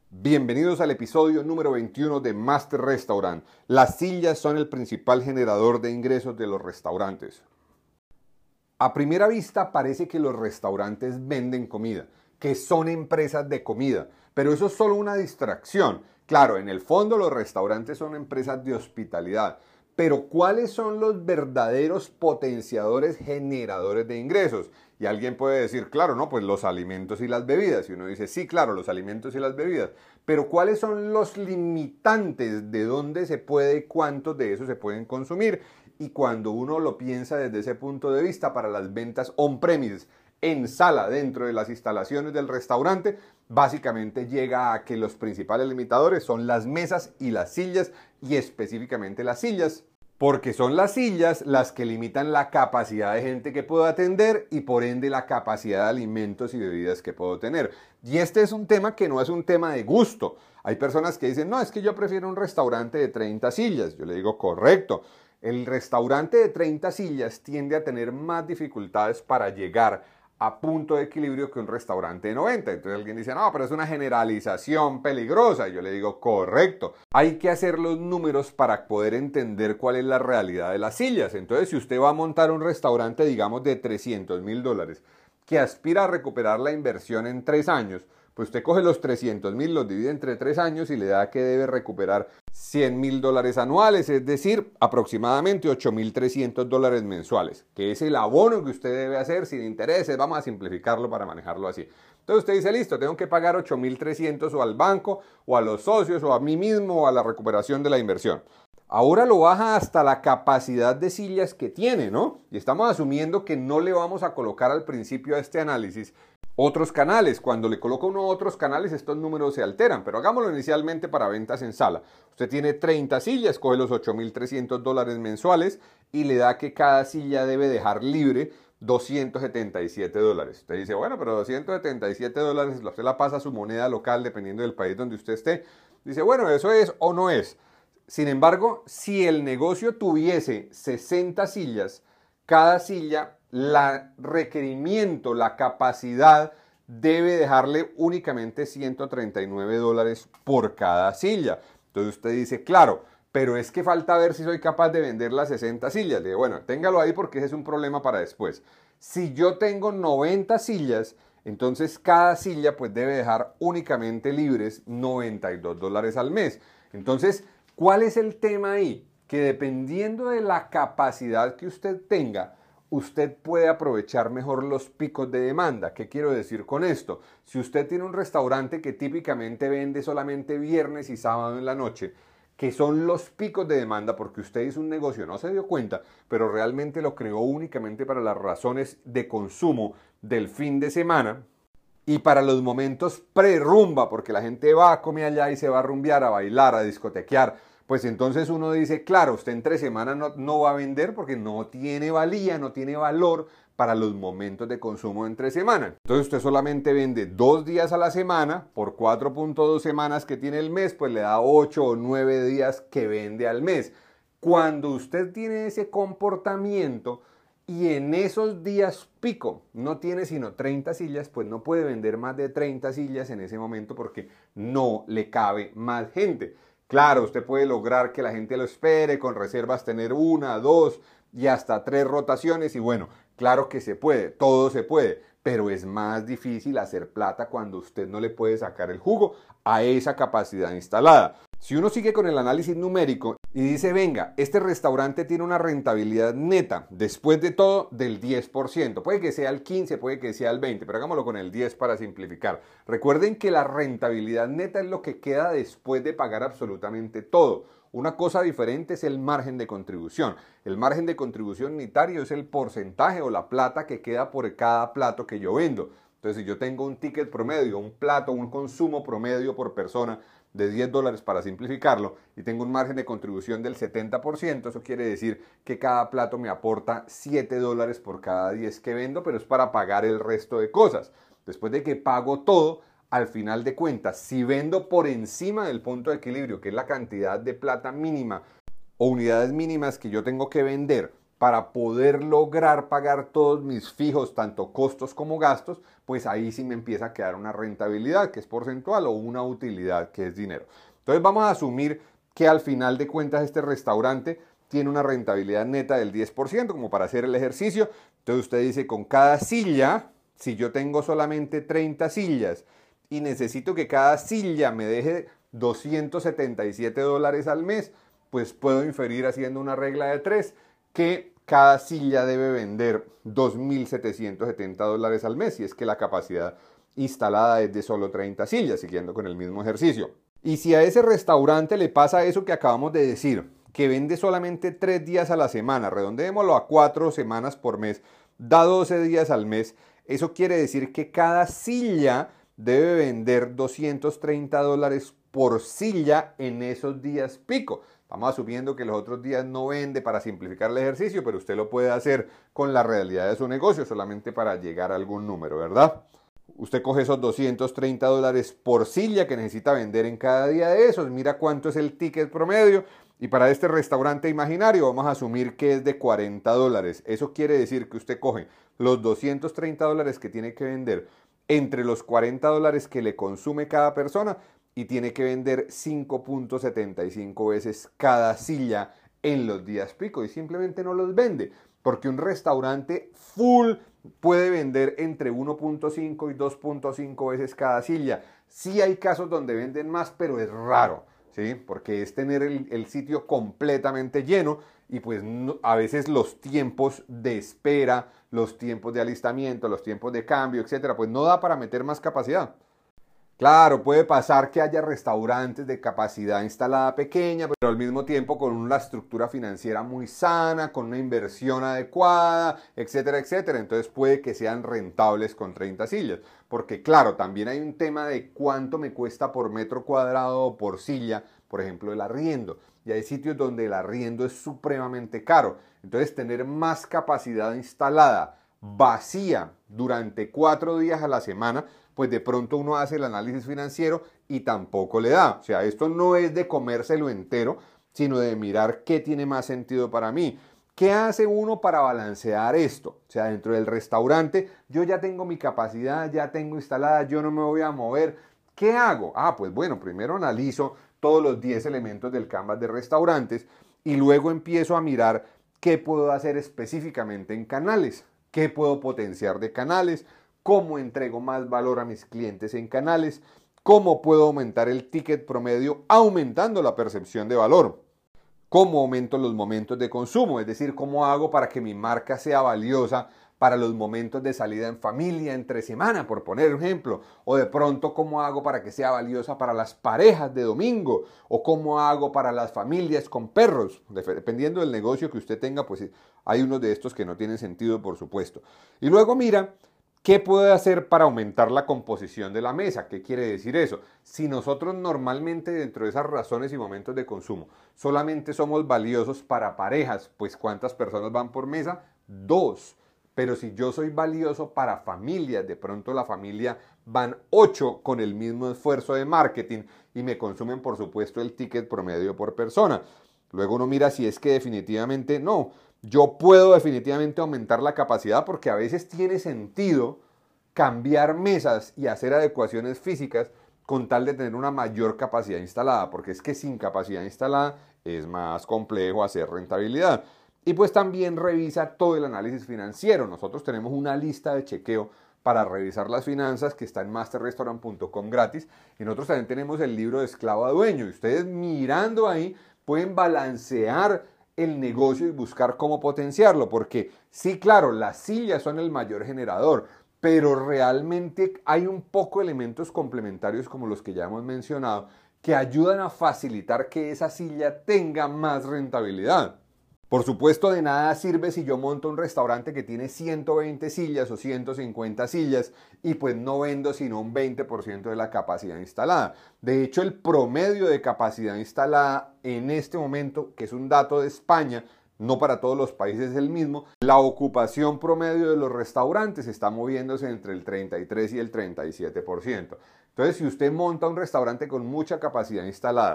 Bienvenidos al episodio número 21 de Master Restaurant. Las sillas son el principal generador de ingresos de los restaurantes. A primera vista parece que los restaurantes venden comida, que son empresas de comida, pero eso es solo una distracción. Claro, en el fondo los restaurantes son empresas de hospitalidad, pero ¿cuáles son los verdaderos potenciadores generadores de ingresos? Y alguien puede decir, claro, no, pues los alimentos y las bebidas. Y uno dice, sí, claro, los alimentos y las bebidas. Pero ¿cuáles son los limitantes de dónde se puede y cuántos de esos se pueden consumir? Y cuando uno lo piensa desde ese punto de vista para las ventas on-premise, en sala, dentro de las instalaciones del restaurante, básicamente llega a que los principales limitadores son las mesas y las sillas, y específicamente las sillas, porque son las sillas las que limitan la capacidad de gente que puedo atender y por ende la capacidad de alimentos y bebidas que puedo tener. Y este es un tema que no es un tema de gusto. Hay personas que dicen, no, es que yo prefiero un restaurante de 30 sillas. Yo le digo, correcto. El restaurante de 30 sillas tiende a tener más dificultades para llegar a punto de equilibrio que un restaurante de 90. Entonces alguien dice, no, pero es una generalización peligrosa. Y yo le digo, correcto. Hay que hacer los números para poder entender cuál es la realidad de las sillas. Entonces, si usted va a montar un restaurante, digamos, de $300,000, que aspira a recuperar la inversión en 3 años, pues usted coge los 300,000, los divide entre 3 años y le da que debe recuperar $100,000 anuales, es decir, aproximadamente $8,300 mensuales, que es el abono que usted debe hacer sin intereses. Vamos a simplificarlo para manejarlo así. Entonces usted dice, listo, tengo que pagar $8,300 o al banco, o a los socios, o a mí mismo, o a la recuperación de la inversión. Ahora lo baja hasta la capacidad de sillas que tiene, ¿no? Y estamos asumiendo que no le vamos a colocar al principio a este análisis otros canales. Cuando le coloca uno otros canales, estos números se alteran, pero hagámoslo inicialmente para ventas en sala. Usted tiene 30 sillas, coge los $8,300 mensuales y le da que cada silla debe dejar libre $277. Usted dice, bueno, pero $277, usted la pasa a su moneda local dependiendo del país donde usted esté. Dice, bueno, ¿eso es o no es? Sin embargo, si el negocio tuviese 60 sillas, cada silla, la requerimiento, la capacidad debe dejarle únicamente $139 por cada silla. Entonces usted dice, claro, pero es que falta ver si soy capaz de vender las 60 sillas. Le digo, bueno, téngalo ahí porque ese es un problema para después. Si yo tengo 90 sillas, entonces cada silla pues debe dejar únicamente libres $92 al mes. Entonces, ¿cuál es el tema ahí? Que dependiendo de la capacidad que usted tenga, usted puede aprovechar mejor los picos de demanda. ¿Qué quiero decir con esto? Si usted tiene un restaurante que típicamente vende solamente viernes y sábado en la noche, que son los picos de demanda porque usted hizo un negocio, no se dio cuenta, pero realmente lo creó únicamente para las razones de consumo del fin de semana y para los momentos pre-rumba, porque la gente va a comer allá y se va a rumbear, a bailar, a discotequear, pues entonces uno dice, claro, usted entre semana no va a vender porque no tiene valía, no tiene valor para los momentos de consumo entre semana. Entonces usted solamente vende 2 días a la semana, por 4.2 semanas que tiene el mes, pues le da 8 o 9 días que vende al mes. Cuando usted tiene ese comportamiento y en esos días pico no tiene sino 30 sillas, pues no puede vender más de 30 sillas en ese momento porque no le cabe más gente. Claro, usted puede lograr que la gente lo espere, con reservas tener 1, 2 y hasta 3 rotaciones y bueno, claro que se puede, todo se puede, pero es más difícil hacer plata cuando usted no le puede sacar el jugo a esa capacidad instalada. Si uno sigue con el análisis numérico y dice, venga, este restaurante tiene una rentabilidad neta, después de todo, del 10%. Puede que sea el 15, puede que sea el 20, pero hagámoslo con el 10 para simplificar. Recuerden que la rentabilidad neta es lo que queda después de pagar absolutamente todo. Una cosa diferente es el margen de contribución. El margen de contribución unitario es el porcentaje o la plata que queda por cada plato que yo vendo. Entonces, si yo tengo un ticket promedio, un plato, un consumo promedio por persona de $10 para simplificarlo y tengo un margen de contribución del 70%, eso quiere decir que cada plato me aporta $7 por cada 10 que vendo, pero es para pagar el resto de cosas. Después de que pago todo, al final de cuentas, si vendo por encima del punto de equilibrio, que es la cantidad de plata mínima o unidades mínimas que yo tengo que vender para poder lograr pagar todos mis fijos, tanto costos como gastos, pues ahí sí me empieza a quedar una rentabilidad que es porcentual o una utilidad que es dinero. Entonces vamos a asumir que al final de cuentas este restaurante tiene una rentabilidad neta del 10% como para hacer el ejercicio. Entonces usted dice, con cada silla, si yo tengo solamente 30 sillas y necesito que cada silla me deje $277 al mes, pues puedo inferir haciendo una regla de 3 que cada silla debe vender $2.770 al mes, y es que la capacidad instalada es de solo 30 sillas, siguiendo con el mismo ejercicio. Y si a ese restaurante le pasa eso que acabamos de decir, que vende solamente 3 días a la semana, redondeémoslo a 4 semanas por mes, da 12 días al mes, eso quiere decir que cada silla debe vender $230 por silla en esos días pico. Estamos asumiendo que los otros días no vende para simplificar el ejercicio, pero usted lo puede hacer con la realidad de su negocio, solamente para llegar a algún número, ¿verdad? Usted coge esos $230 por silla que necesita vender en cada día de esos, mira cuánto es el ticket promedio, y para este restaurante imaginario vamos a asumir que es de $40. Eso quiere decir que usted coge los $230 que tiene que vender entre los $40 que le consume cada persona, y tiene que vender 5.75 veces cada silla en los días pico, y simplemente no los vende, porque un restaurante full puede vender entre 1.5 y 2.5 veces cada silla. Sí hay casos donde venden más, pero es raro, ¿sí? Porque es tener el sitio completamente lleno, y pues a veces los tiempos de espera, los tiempos de alistamiento, los tiempos de cambio, etcétera, pues no da para meter más capacidad. Claro, puede pasar que haya restaurantes de capacidad instalada pequeña, pero al mismo tiempo con una estructura financiera muy sana, con una inversión adecuada, etcétera, etcétera. Entonces puede que sean rentables con 30 sillas. Porque claro, también hay un tema de cuánto me cuesta por metro cuadrado o por silla, por ejemplo, el arriendo. Y hay sitios donde el arriendo es supremamente caro. Entonces tener más capacidad instalada vacía durante 4 días a la semana, pues de pronto uno hace el análisis financiero y tampoco le da. O sea, esto no es de comérselo entero, sino de mirar qué tiene más sentido para mí. ¿Qué hace uno para balancear esto? O sea, dentro del restaurante yo ya tengo mi capacidad, ya tengo instalada, yo no me voy a mover. ¿Qué hago? Pues bueno, primero analizo todos los 10 elementos del Canvas de restaurantes y luego empiezo a mirar qué puedo hacer específicamente en canales, qué puedo potenciar de canales, cómo entrego más valor a mis clientes en canales, cómo puedo aumentar el ticket promedio aumentando la percepción de valor, cómo aumento los momentos de consumo, es decir, cómo hago para que mi marca sea valiosa para los momentos de salida en familia, entre semana, por poner un ejemplo, o de pronto cómo hago para que sea valiosa para las parejas de domingo, o cómo hago para las familias con perros, dependiendo del negocio que usted tenga, pues hay unos de estos que no tienen sentido, por supuesto. Y luego mira, ¿qué puede hacer para aumentar la composición de la mesa? ¿Qué quiere decir eso? Si nosotros normalmente dentro de esas razones y momentos de consumo solamente somos valiosos para parejas, pues ¿cuántas personas van por mesa? 2. Pero si yo soy valioso para familias, de pronto la familia van 8 con el mismo esfuerzo de marketing y me consumen por supuesto el ticket promedio por persona. Luego uno mira si es que definitivamente no. Yo puedo definitivamente aumentar la capacidad porque a veces tiene sentido cambiar mesas y hacer adecuaciones físicas con tal de tener una mayor capacidad instalada, porque es que sin capacidad instalada es más complejo hacer rentabilidad. Y pues también revisa todo el análisis financiero. Nosotros tenemos una lista de chequeo para revisar las finanzas que está en masterrestaurant.com gratis, y nosotros también tenemos el libro de Esclavo a Dueño, y ustedes mirando ahí pueden balancear el negocio y buscar cómo potenciarlo, porque sí, claro, las sillas son el mayor generador, pero realmente hay un poco de elementos complementarios como los que ya hemos mencionado que ayudan a facilitar que esa silla tenga más rentabilidad. Por supuesto, de nada sirve si yo monto un restaurante que tiene 120 sillas o 150 sillas y pues no vendo sino un 20% de la capacidad instalada. De hecho, el promedio de capacidad instalada en este momento, que es un dato de España, no para todos los países es el mismo, la ocupación promedio de los restaurantes está moviéndose entre el 33 y el 37%. Entonces, si usted monta un restaurante con mucha capacidad instalada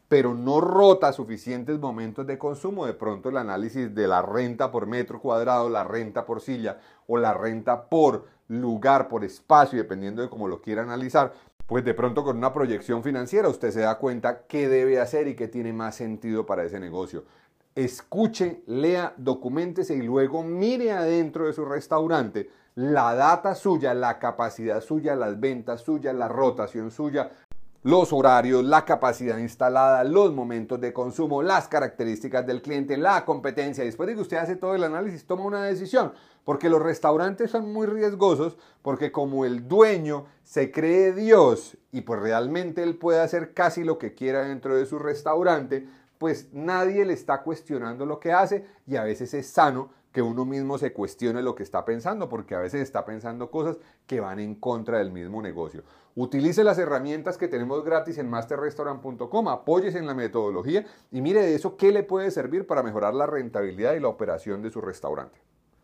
pero no rota suficientes momentos de consumo, de pronto el análisis de la renta por metro cuadrado, la renta por silla o la renta por lugar, por espacio, dependiendo de cómo lo quiera analizar, pues de pronto con una proyección financiera usted se da cuenta qué debe hacer y qué tiene más sentido para ese negocio. Escuche, lea, documéntese y luego mire adentro de su restaurante la data suya, la capacidad suya, las ventas suyas, la rotación suya, los horarios, la capacidad instalada, los momentos de consumo, las características del cliente, la competencia. Después de que usted hace todo el análisis, toma una decisión, porque los restaurantes son muy riesgosos, porque como el dueño se cree Dios y pues realmente él puede hacer casi lo que quiera dentro de su restaurante, pues nadie le está cuestionando lo que hace y a veces es sano que uno mismo se cuestione lo que está pensando, porque a veces está pensando cosas que van en contra del mismo negocio. Utilice las herramientas que tenemos gratis en masterrestaurant.com, apóyese en la metodología y mire de eso qué le puede servir para mejorar la rentabilidad y la operación de su restaurante.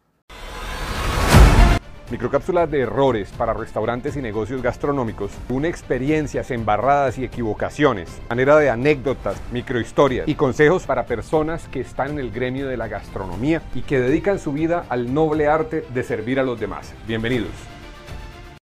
Microcápsulas de errores para restaurantes y negocios gastronómicos, una experiencias embarradas y equivocaciones, manera de anécdotas, microhistorias y consejos para personas que están en el gremio de la gastronomía y que dedican su vida al noble arte de servir a los demás. Bienvenidos.